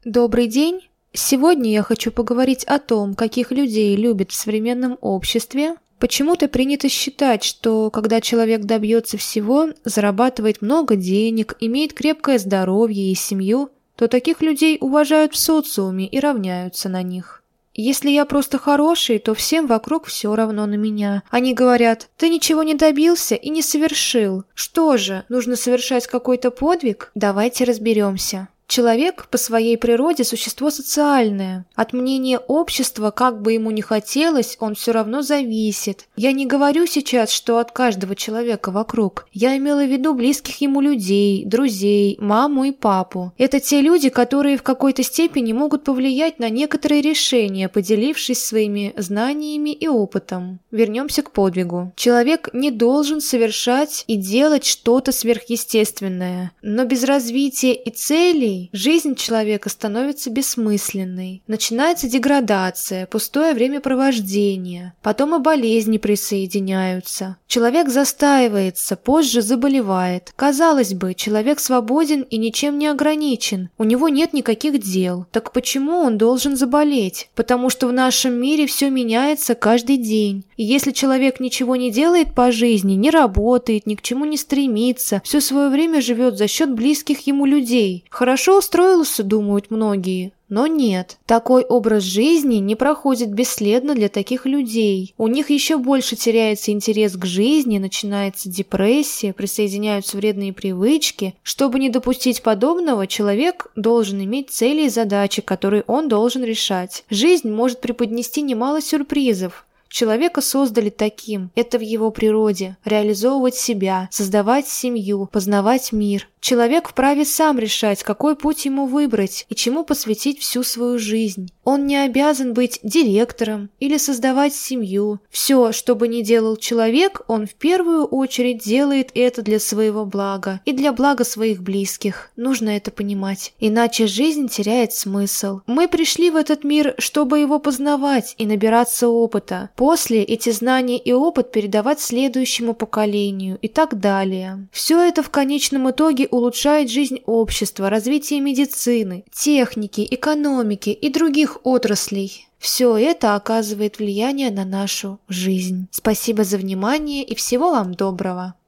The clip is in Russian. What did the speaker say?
Добрый день! Сегодня я хочу поговорить о том, каких людей любят в современном обществе. Почему-то принято считать, что когда человек добьется всего, зарабатывает много денег, имеет крепкое здоровье и семью, то таких людей уважают в социуме и равняются на них. Если я просто хороший, то всем вокруг все равно на меня. Они говорят: «Ты ничего не добился и не совершил. Что же, нужно совершать какой-то подвиг? Давайте разберемся». Человек по своей природе существо социальное. От мнения общества, как бы ему ни хотелось, он все равно зависит. Я не говорю сейчас, что от каждого человека вокруг. Я имела в виду близких ему людей, друзей, маму и папу. Это те люди, которые в какой-то степени могут повлиять на некоторые решения, поделившись своими знаниями и опытом. Вернемся к подвигу. Человек не должен совершать и делать что-то сверхъестественное. Но без развития и целей жизнь человека становится бессмысленной. Начинается деградация, пустое времяпровождение. Потом и болезни присоединяются. Человек застаивается, позже заболевает. Казалось бы, человек свободен и ничем не ограничен. У него нет никаких дел. Так почему он должен заболеть? Потому что в нашем мире все меняется каждый день. И если человек ничего не делает по жизни, не работает, ни к чему не стремится, все свое время живет за счет близких ему людей, хорошо устроился, думают многие. Но нет, такой образ жизни не проходит бесследно для таких людей. У них еще больше теряется интерес к жизни, начинается депрессия, присоединяются вредные привычки. Чтобы не допустить подобного, человек должен иметь цели и задачи, которые он должен решать. Жизнь может преподнести немало сюрпризов. Человека создали таким, это в его природе, реализовывать себя, создавать семью, познавать мир. Человек вправе сам решать, какой путь ему выбрать и чему посвятить всю свою жизнь. Он не обязан быть директором или создавать семью. Все, что бы ни делал человек, он в первую очередь делает это для своего блага и для блага своих близких. Нужно это понимать, иначе жизнь теряет смысл. Мы пришли в этот мир, чтобы его познавать и набираться опыта. После эти знания и опыт передавать следующему поколению и так далее. Все это в конечном итоге улучшает жизнь общества, развитие медицины, техники, экономики и других отраслей. Все это оказывает влияние на нашу жизнь. Спасибо за внимание и всего вам доброго.